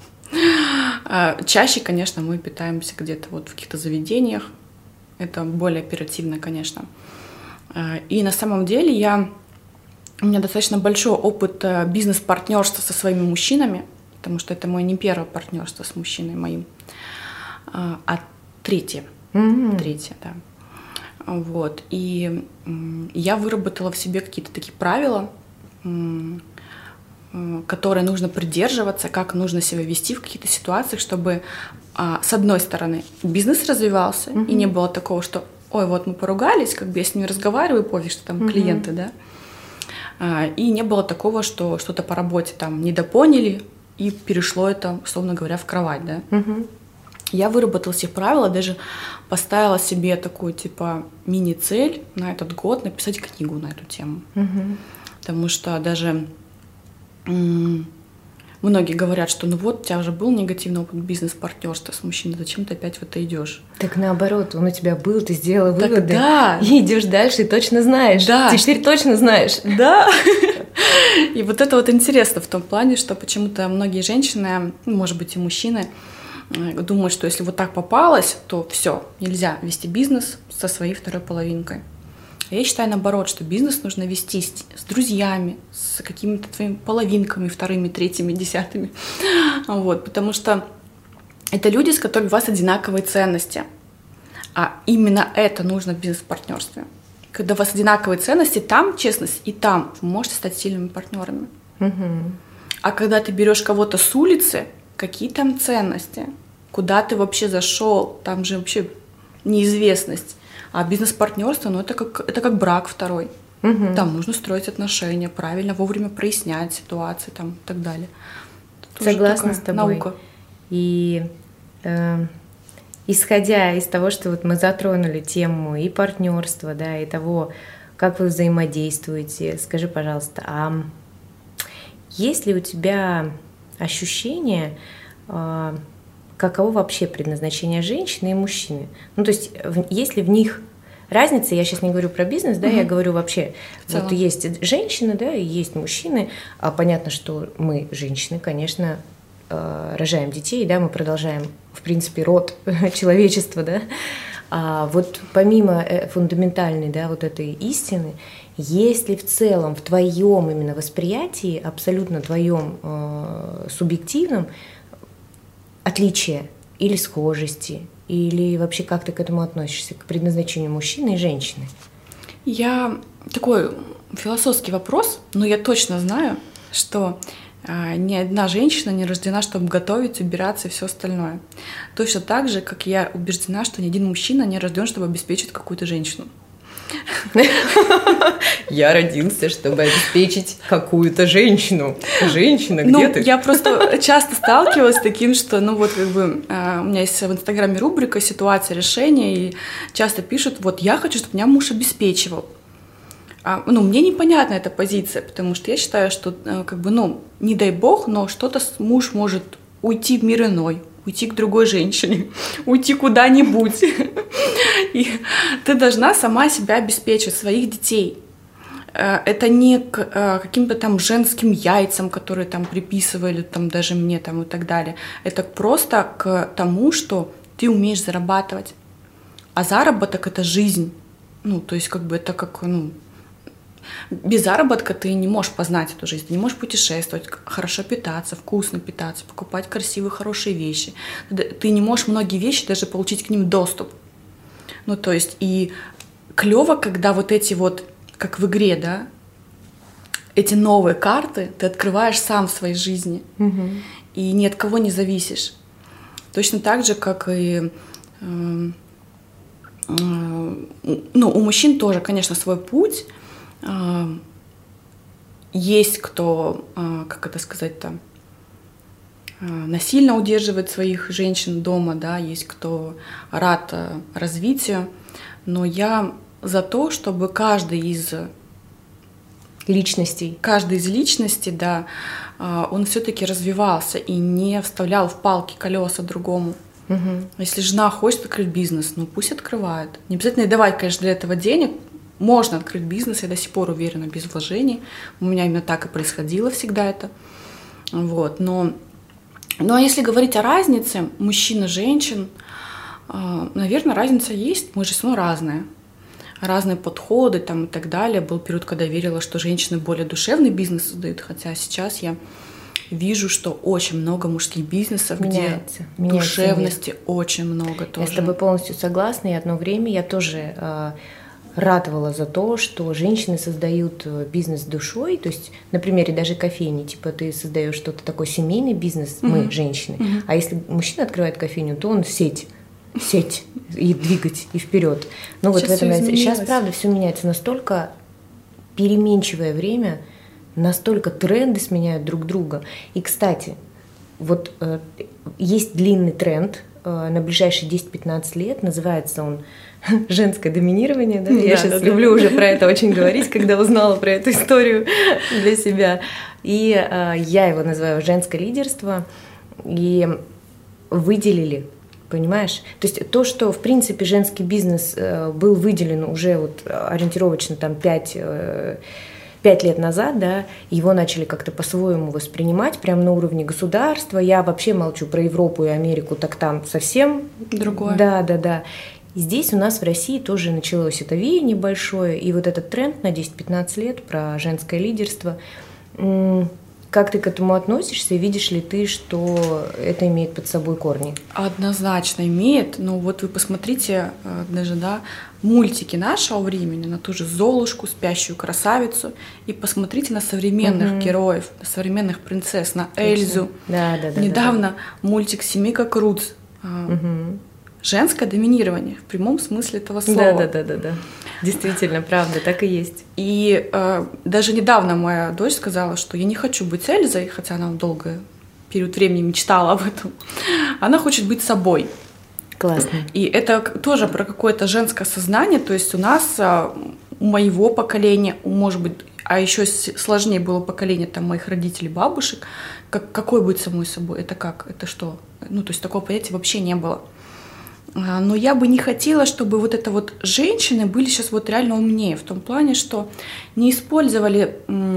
Чаще, конечно, мы питаемся где-то вот в каких-то заведениях. Это более оперативно, конечно. И на самом деле у меня достаточно большой опыт бизнес-партнерства со своими мужчинами, потому что это мое не первое партнерство с мужчиной моим, а третье. Третье, да. Вот. И я выработала в себе какие-то такие правила, которые нужно придерживаться, как нужно себя вести в каких-то ситуациях, чтобы, с одной стороны, бизнес развивался, и не было такого, что ой, вот мы поругались, как бы я с ними разговариваю, пофиг, что там клиенты, да. И не было такого, что что-то по работе там недопоняли, и перешло это, условно говоря, в кровать, да. Мгм. Я выработала все правила, даже поставила себе такую, типа, мини-цель на этот год написать книгу на эту тему. Мгм. Потому что даже многие говорят, что ну вот, у тебя уже был негативный опыт бизнес-партнерства с мужчиной, зачем ты опять в это идешь? Так наоборот, он у тебя был, ты сделала Так выводы, да. и идешь дальше, и точно знаешь. Да. Теперь точно знаешь. Да. И вот это вот интересно в том плане, что почему-то многие женщины, ну, может быть, и мужчины, думают, что если вот так попалось, то все, нельзя вести бизнес со своей второй половинкой. А я считаю наоборот, что бизнес нужно вести с друзьями, с какими-то твоими половинками, вторыми, третьими, десятыми. Вот, потому что это люди, с которыми у вас одинаковые ценности. А именно это нужно в бизнес-партнерстве. Когда у вас одинаковые ценности, там честность, и там вы можете стать сильными партнерами. Мгм. А когда ты берешь кого-то с улицы, какие там ценности? Куда ты вообще зашел? Там же вообще неизвестность. А бизнес-партнерство, ну, это как брак второй. Мгм. Там нужно строить отношения, правильно, вовремя прояснять ситуации там, и так далее. Это тоже Согласна такая с тобой. наука. И исходя из того, что вот мы затронули тему и партнерства, да, и того, как вы взаимодействуете, скажи, пожалуйста, а есть ли у тебя ощущение, каково вообще предназначение женщины и мужчины? Ну, то есть, есть ли в них разница? Я сейчас не говорю про бизнес, да, я говорю вообще, В целом. вот есть женщины, да, и есть мужчины. А понятно, что мы, женщины, конечно, рожаем детей, да, мы продолжаем, в принципе, род человечества, да. А вот помимо фундаментальной, да, вот этой истины, есть ли в целом в твоем именно восприятии, абсолютно твоем субъективном, отличия или схожести, или вообще как ты к этому относишься, к предназначению мужчины и женщины? Я такой философский вопрос, но я точно знаю, что ни одна женщина не рождена, чтобы готовить, убираться и все остальное. Точно так же, как я убеждена, что ни один мужчина не рожден, чтобы обеспечить какую-то женщину. Я родился, чтобы обеспечить какую-то женщину. Женщина, где Ну, ты? я просто часто сталкивалась с таким, что, ну вот как бы у меня есть в Инстаграме рубрика «Ситуация решения», и часто пишут, вот я хочу, чтобы меня муж обеспечивал. Ну, мне непонятна эта позиция, потому что я считаю, что, как бы, ну, не дай бог, но что-то муж может уйти в мир иной, уйти к другой женщине, уйти куда-нибудь. И ты должна сама себя обеспечить, своих детей. Это не к каким-то там женским яйцам, которые там приписывали там даже мне там и так далее. Это просто к тому, что ты умеешь зарабатывать. А заработок — это жизнь. Ну, то есть как бы это как, ну, без заработка ты не можешь познать эту жизнь, ты не можешь путешествовать, хорошо питаться, вкусно питаться, покупать красивые, хорошие вещи. Ты не можешь многие вещи даже получить к ним доступ. Ну, то есть и клево, когда вот эти вот, как в игре, да, эти новые карты ты открываешь сам в своей жизни. И ни от кого не зависишь. Точно так же, как и ну, у мужчин тоже, конечно, свой путь. Есть кто, как это сказать-то, насильно удерживает своих женщин дома, да, есть кто рад развитию, но я за то, чтобы каждый из личностей, да, он все-таки развивался и не вставлял в палки колеса другому. Если жена хочет открыть бизнес, ну пусть открывает. Не обязательно давать, конечно, для этого денег. Можно открыть бизнес, я до сих пор уверена, без вложений. У меня именно так и происходило всегда это. Вот. Но а если говорить о разнице мужчин и женщин, наверное, разница есть. Мы же все равно разные. Разные подходы там, и так далее. Был период, когда я верила, что женщины более душевный бизнес создают, хотя сейчас я вижу, что очень много мужских бизнесов, где душевности очень много тоже. Я с тобой полностью согласна, и одно время я тоже радовала за то, что женщины создают бизнес душой, то есть на примере даже кофейни, типа ты создаешь что-то такой семейный бизнес, мы, женщины, а если мужчина открывает кофейню, то он сеть и двигать, и вперед. Ну вот в этом сейчас, правда, все меняется, настолько переменчивое время, настолько тренды сменяют друг друга. И, кстати, вот есть длинный тренд на ближайшие 10-15 лет, называется он «Женское доминирование». Да? Я сейчас люблю уже про это очень говорить, когда узнала про эту историю для себя. И я его называю «Женское лидерство». И выделили, понимаешь? То есть то, что, в принципе, женский бизнес был выделен уже вот ориентировочно там 5 лет назад, да, его начали как-то по-своему воспринимать, прямо на уровне государства. Я вообще молчу про Европу и Америку, так там совсем другое. Да. И здесь у нас в России тоже началось это веяние большое, и вот этот тренд на 10-15 лет про женское лидерство. Как ты к этому относишься, и видишь ли ты, что это имеет под собой корни? Однозначно имеет. Ну вот вы посмотрите даже, да, мультики нашего времени, на ту же Золушку, Спящую красавицу, и посмотрите на современных героев, на современных принцесс, на Эльзу. Да. Недавно мультик «Семейка Крудс». Женское доминирование в прямом смысле этого слова. Да. Действительно, правда, так и есть. И даже недавно моя дочь сказала, что я не хочу быть Эльзой, хотя она долгий период времени мечтала об этом. Она хочет быть собой. Классно. И это тоже про какое-то женское сознание. То есть у нас, у моего поколения, может быть, а еще сложнее было поколение там, моих родителей, бабушек, какой быть самой собой? Это как? Это что? Ну, то есть такого понятия вообще не было. Но я бы не хотела, чтобы вот это вот женщины были сейчас вот реально умнее, в том плане, что не использовали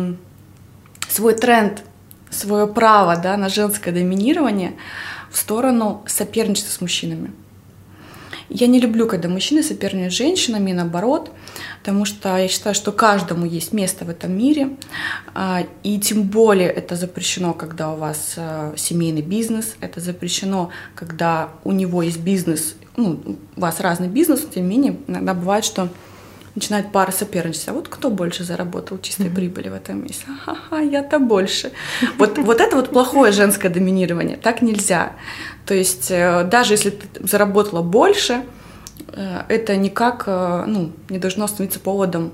свой тренд, свое право, да, на женское доминирование в сторону соперничества с мужчинами. Я не люблю, когда мужчины соперничают с женщинами, и наоборот, потому что я считаю, что каждому есть место в этом мире, и тем более это запрещено, когда у вас семейный бизнес, это запрещено, когда у него есть бизнес, ну, у вас разный бизнес, тем не менее, иногда бывает, что начинает пара соперничать. А вот кто больше заработал чистой прибыли в этом месяце? Ага, я-то больше. Вот это вот плохое женское доминирование. Так нельзя. То есть даже если ты заработала больше, это никак не должно становиться поводом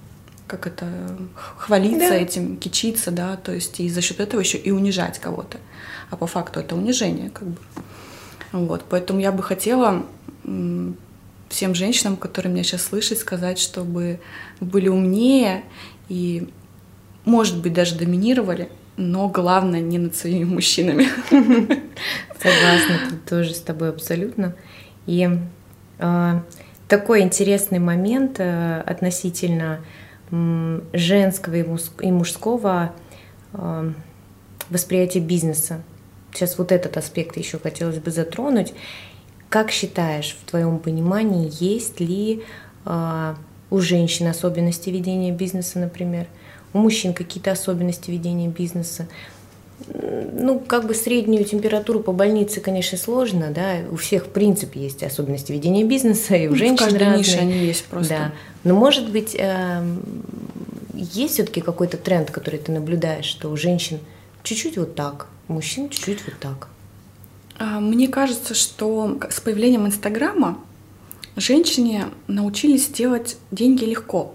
хвалиться этим, кичиться, да, то есть и за счет этого еще и унижать кого-то. А по факту это унижение, как бы. Вот, поэтому я бы хотела всем женщинам, которые меня сейчас слышат, сказать, чтобы были умнее и, может быть, даже доминировали, но главное не над своими мужчинами. Согласна, тут тоже с тобой абсолютно. И такой интересный момент относительно женского и мужского восприятия бизнеса. Сейчас вот этот аспект еще хотелось бы затронуть. Как считаешь, в твоем понимании, есть ли у женщин особенности ведения бизнеса, например, у мужчин какие-то особенности ведения бизнеса? Ну, как бы среднюю температуру по больнице, конечно, сложно, да, у всех, в принципе, есть особенности ведения бизнеса, и у женщин разные. В каждой нише они есть просто. Да. Но, может быть, есть все-таки какой-то тренд, который ты наблюдаешь, что у женщин чуть-чуть вот так, у мужчин чуть-чуть вот так? Мне кажется, что с появлением Инстаграма женщине научились делать деньги легко.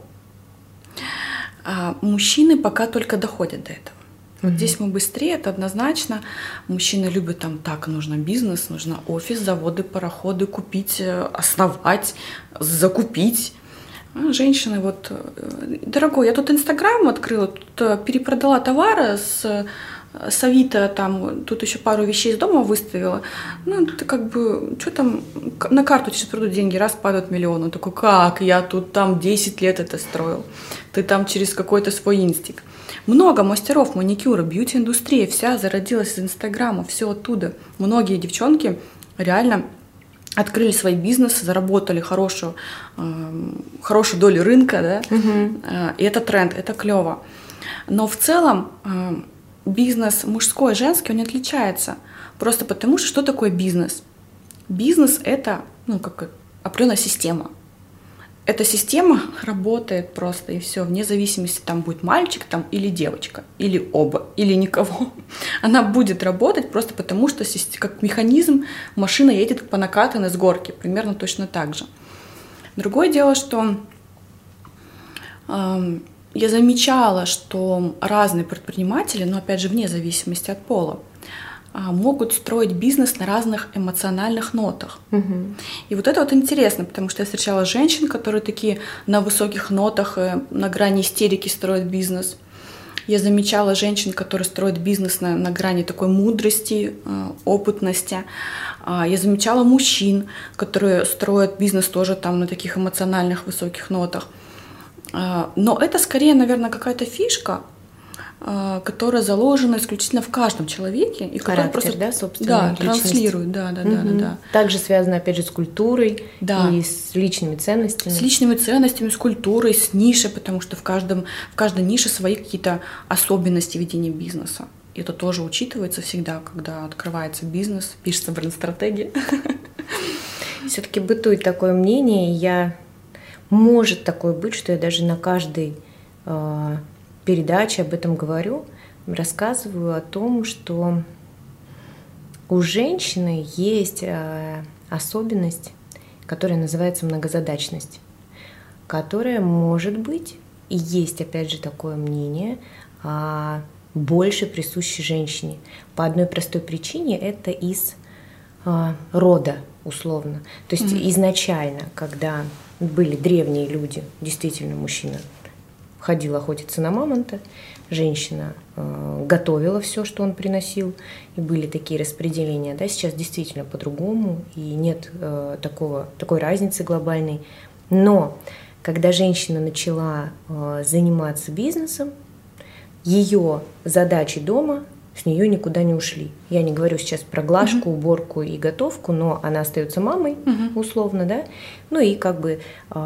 А мужчины пока только доходят до этого. Вот здесь мы быстрее, это однозначно. Мужчины любят там, так, нужно бизнес, нужно офис, заводы, пароходы купить, основать, закупить. А женщины вот, дорогой, я тут Инстаграм открыла, тут перепродала товары с Авито, там, тут еще пару вещей из дома выставила. Ну, ты как бы, что там, на карту сейчас придут деньги, раз падают миллион. Он такой, как, я тут там 10 лет это строил. Ты там через какой-то свой инстик. Много мастеров маникюра, бьюти-индустрия вся зародилась из Инстаграма, все оттуда. Многие девчонки реально открыли свои бизнесы, заработали хорошую долю рынка, да, и это тренд, это клево. Но в целом бизнес мужской и женский, он не отличается. Просто потому, что такое бизнес? Бизнес — это, как определенная система. Эта система работает просто, и все, вне зависимости, там будет мальчик там, или девочка, или оба, или никого. Она будет работать просто потому, что как механизм машина едет по накатанной с горки, примерно точно так же. Другое дело, что я замечала, что разные предприниматели, но опять же вне зависимости от пола, могут строить бизнес на разных эмоциональных нотах. И вот это вот интересно, потому что я встречала женщин, которые такие на высоких нотах, на грани истерики строят бизнес. Я замечала женщин, которые строят бизнес на грани такой мудрости, опытности. Я замечала мужчин, которые строят бизнес тоже там на таких эмоциональных высоких нотах. Но это скорее, наверное, какая-то фишка, которая заложена исключительно в каждом человеке. И характер, просто, да, собственно, транслирует, да. Также связано, опять же, с культурой, да. И с личными ценностями. С личными ценностями, с культурой, с нишей, потому что в каждой нише свои какие-то особенности ведения бизнеса. И это тоже учитывается всегда, когда открывается бизнес, пишется бренд-стратегия. Все-таки бытует такое мнение, может такое быть, что я даже на каждой передаче об этом говорю, рассказываю о том, что у женщины есть особенность, которая называется многозадачность, которая может быть, и есть опять же такое мнение, больше присуща женщине. По одной простой причине это из рода условно. То есть изначально, когда были древние люди, действительно мужчина ходил охотиться на мамонта, женщина готовила все, что он приносил, и были такие распределения. Да, сейчас действительно по-другому, и нет такой разницы глобальной. Но когда женщина начала заниматься бизнесом, ее задачи дома с нее никуда не ушли. Я не говорю сейчас про глажку, уборку и готовку, но она остается мамой, условно, да. Ну и как бы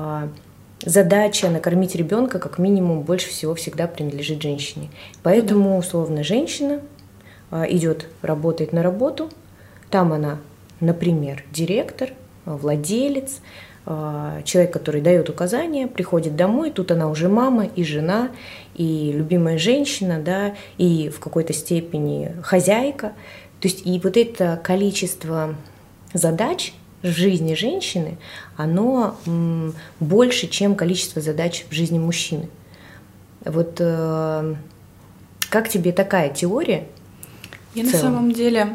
задача накормить ребенка как минимум больше всего всегда принадлежит женщине. Поэтому, условно, женщина идет, работает на работу, там она, например, директор, владелец, человек, который дает указания, приходит домой, тут она уже мама и жена, и любимая женщина, да, и в какой-то степени хозяйка. То есть и вот это количество задач в жизни женщины, оно больше, чем количество задач в жизни мужчины. Вот как тебе такая теория? Я на самом деле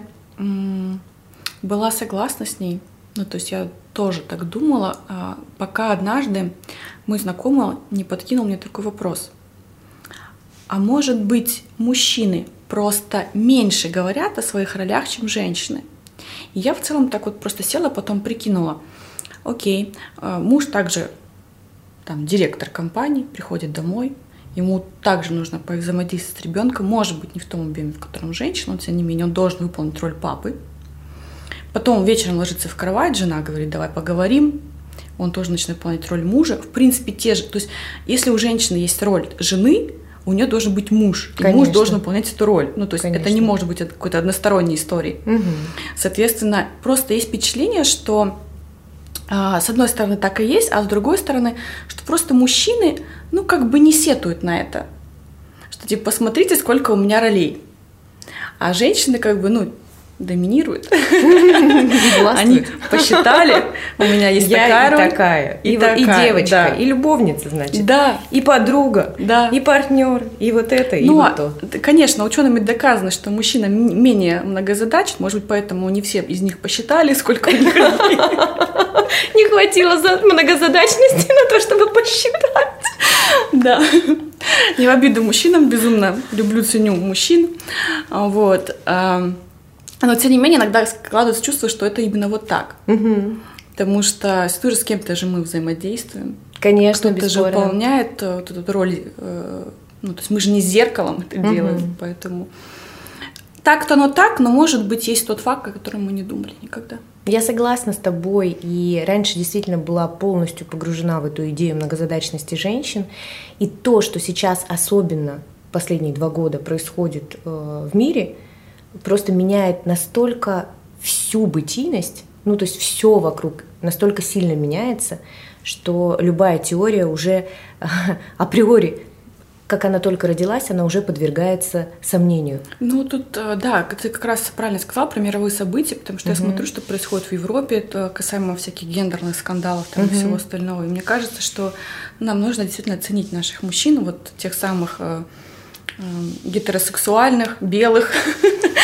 была согласна с ней. Ну, то есть я тоже так думала, пока однажды мой знакомый не подкинул мне такой вопрос. А может быть, мужчины просто меньше говорят о своих ролях, чем женщины? И я в целом так вот просто села, потом прикинула. Окей, муж также там директор компании, приходит домой, ему также нужно взаимодействовать с ребенком, может быть, не в том объеме, в котором женщина, но тем не менее он должен выполнить роль папы. Потом вечером ложится в кровать, жена говорит, давай поговорим. Он тоже начинает выполнять роль мужа. В принципе, те же. То есть, если у женщины есть роль жены, у нее должен быть муж. И муж должен выполнять эту роль. Ну, то есть, это не может быть какой-то односторонней историей. Соответственно, просто есть впечатление, что с одной стороны так и есть, а с другой стороны, что просто мужчины, ну, как бы не сетуют на это. Что, типа, посмотрите, сколько у меня ролей. А женщины, как бы, ну, доминируют. Они посчитали, у меня есть такая роль. И девочка, и любовница, значит. Да. И подруга, и партнер, и вот это, и вот то. Конечно, учеными доказано, что мужчина менее многозадачен, может быть, поэтому не все из них посчитали, сколько у них ролей. Не хватило многозадачности на то, чтобы посчитать. Да. Не в обиду мужчинам, безумно люблю, ценю мужчин. Вот. Но, тем не менее, иногда складывается чувство, что это именно вот так. Потому что тоже с кем-то же мы взаимодействуем. Конечно, кто-то же выполняет вот эту роль. Ну, то есть мы же не зеркалом это делаем, поэтому... Так-то оно так, но, может быть, есть тот факт, о котором мы не думали никогда. Я согласна с тобой, и раньше действительно была полностью погружена в эту идею многозадачности женщин. И то, что сейчас особенно последние 2 года происходит в мире, просто меняет настолько всю бытийность, ну то есть все вокруг настолько сильно меняется, что любая теория уже априори, как она только родилась, она уже подвергается сомнению. Ну тут, да, ты как раз правильно сказала про мировые события, потому что я смотрю, что происходит в Европе, это касаемо всяких гендерных скандалов там, и всего остального. И мне кажется, что нам нужно действительно ценить наших мужчин, вот тех самых гетеросексуальных, белых,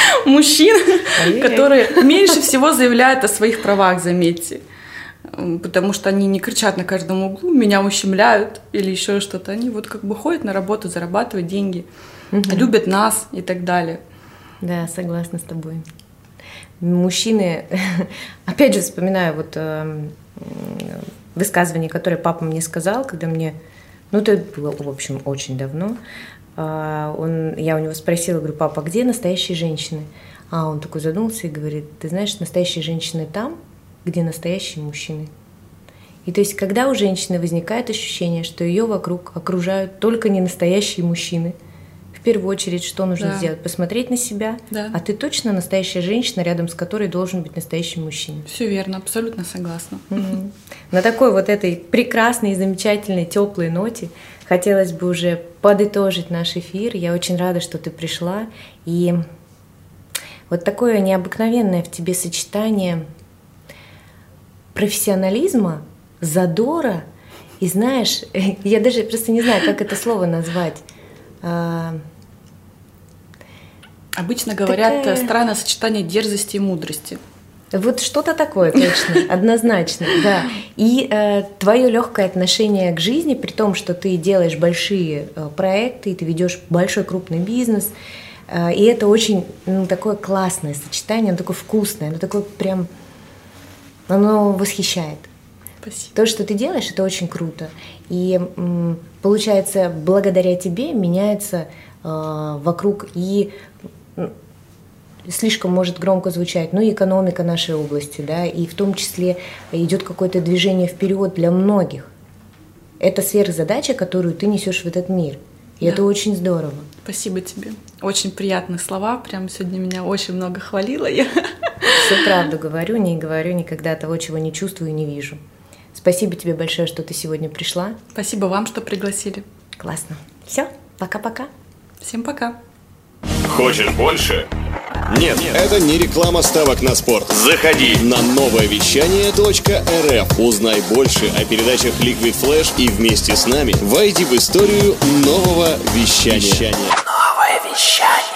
мужчин, которые меньше всего заявляют о своих правах, заметьте. Потому что они не кричат на каждом углу, меня ущемляют или еще что-то. Они вот как бы ходят на работу, зарабатывают деньги, любят нас и так далее. Да, согласна с тобой. Мужчины, опять же вспоминаю вот высказывание, которое папа мне сказал, когда мне, ну это было, в общем, очень давно, я у него спросила, говорю, папа, где настоящие женщины? А он такой задумался и говорит, ты знаешь, настоящие женщины там, где настоящие мужчины. И то есть, когда у женщины возникает ощущение, что ее вокруг окружают только не настоящие мужчины, в первую очередь, что нужно сделать? Посмотреть на себя, а ты точно настоящая женщина, рядом с которой должен быть настоящий мужчина. Все верно, абсолютно согласна. На такой вот этой прекрасной, замечательной, теплой ноте хотелось бы уже подытожить наш эфир. Я очень рада, что ты пришла. И вот такое необыкновенное в тебе сочетание профессионализма, задора, и знаешь, я даже просто не знаю, как это слово назвать. Обычно говорят странное сочетание дерзости и мудрости. Вот что-то такое, точно, однозначно, да. И твое легкое отношение к жизни, при том, что ты делаешь большие проекты, ты ведешь большой крупный бизнес, и это очень такое классное сочетание, оно такое вкусное, оно такое прям, оно восхищает. Спасибо. То, что ты делаешь, это очень круто. И получается, благодаря тебе меняется вокруг и слишком может громко звучать, но и экономика нашей области, да, и в том числе идет какое-то движение вперед для многих. Это сверхзадача, которую ты несешь в этот мир. И это очень здорово. Спасибо тебе. Очень приятные слова. Прям сегодня меня очень много хвалила. Всю правду говорю, не говорю никогда того, чего не чувствую и не вижу. Спасибо тебе большое, что ты сегодня пришла. Спасибо вам, что пригласили. Классно. Все, пока-пока. Всем пока. Хочешь больше? Нет, это не реклама ставок на спорт. Заходи на нововещание.рф. Узнай больше о передачах Liquid Flash и вместе с нами войди в историю нового вещания. Новое вещание.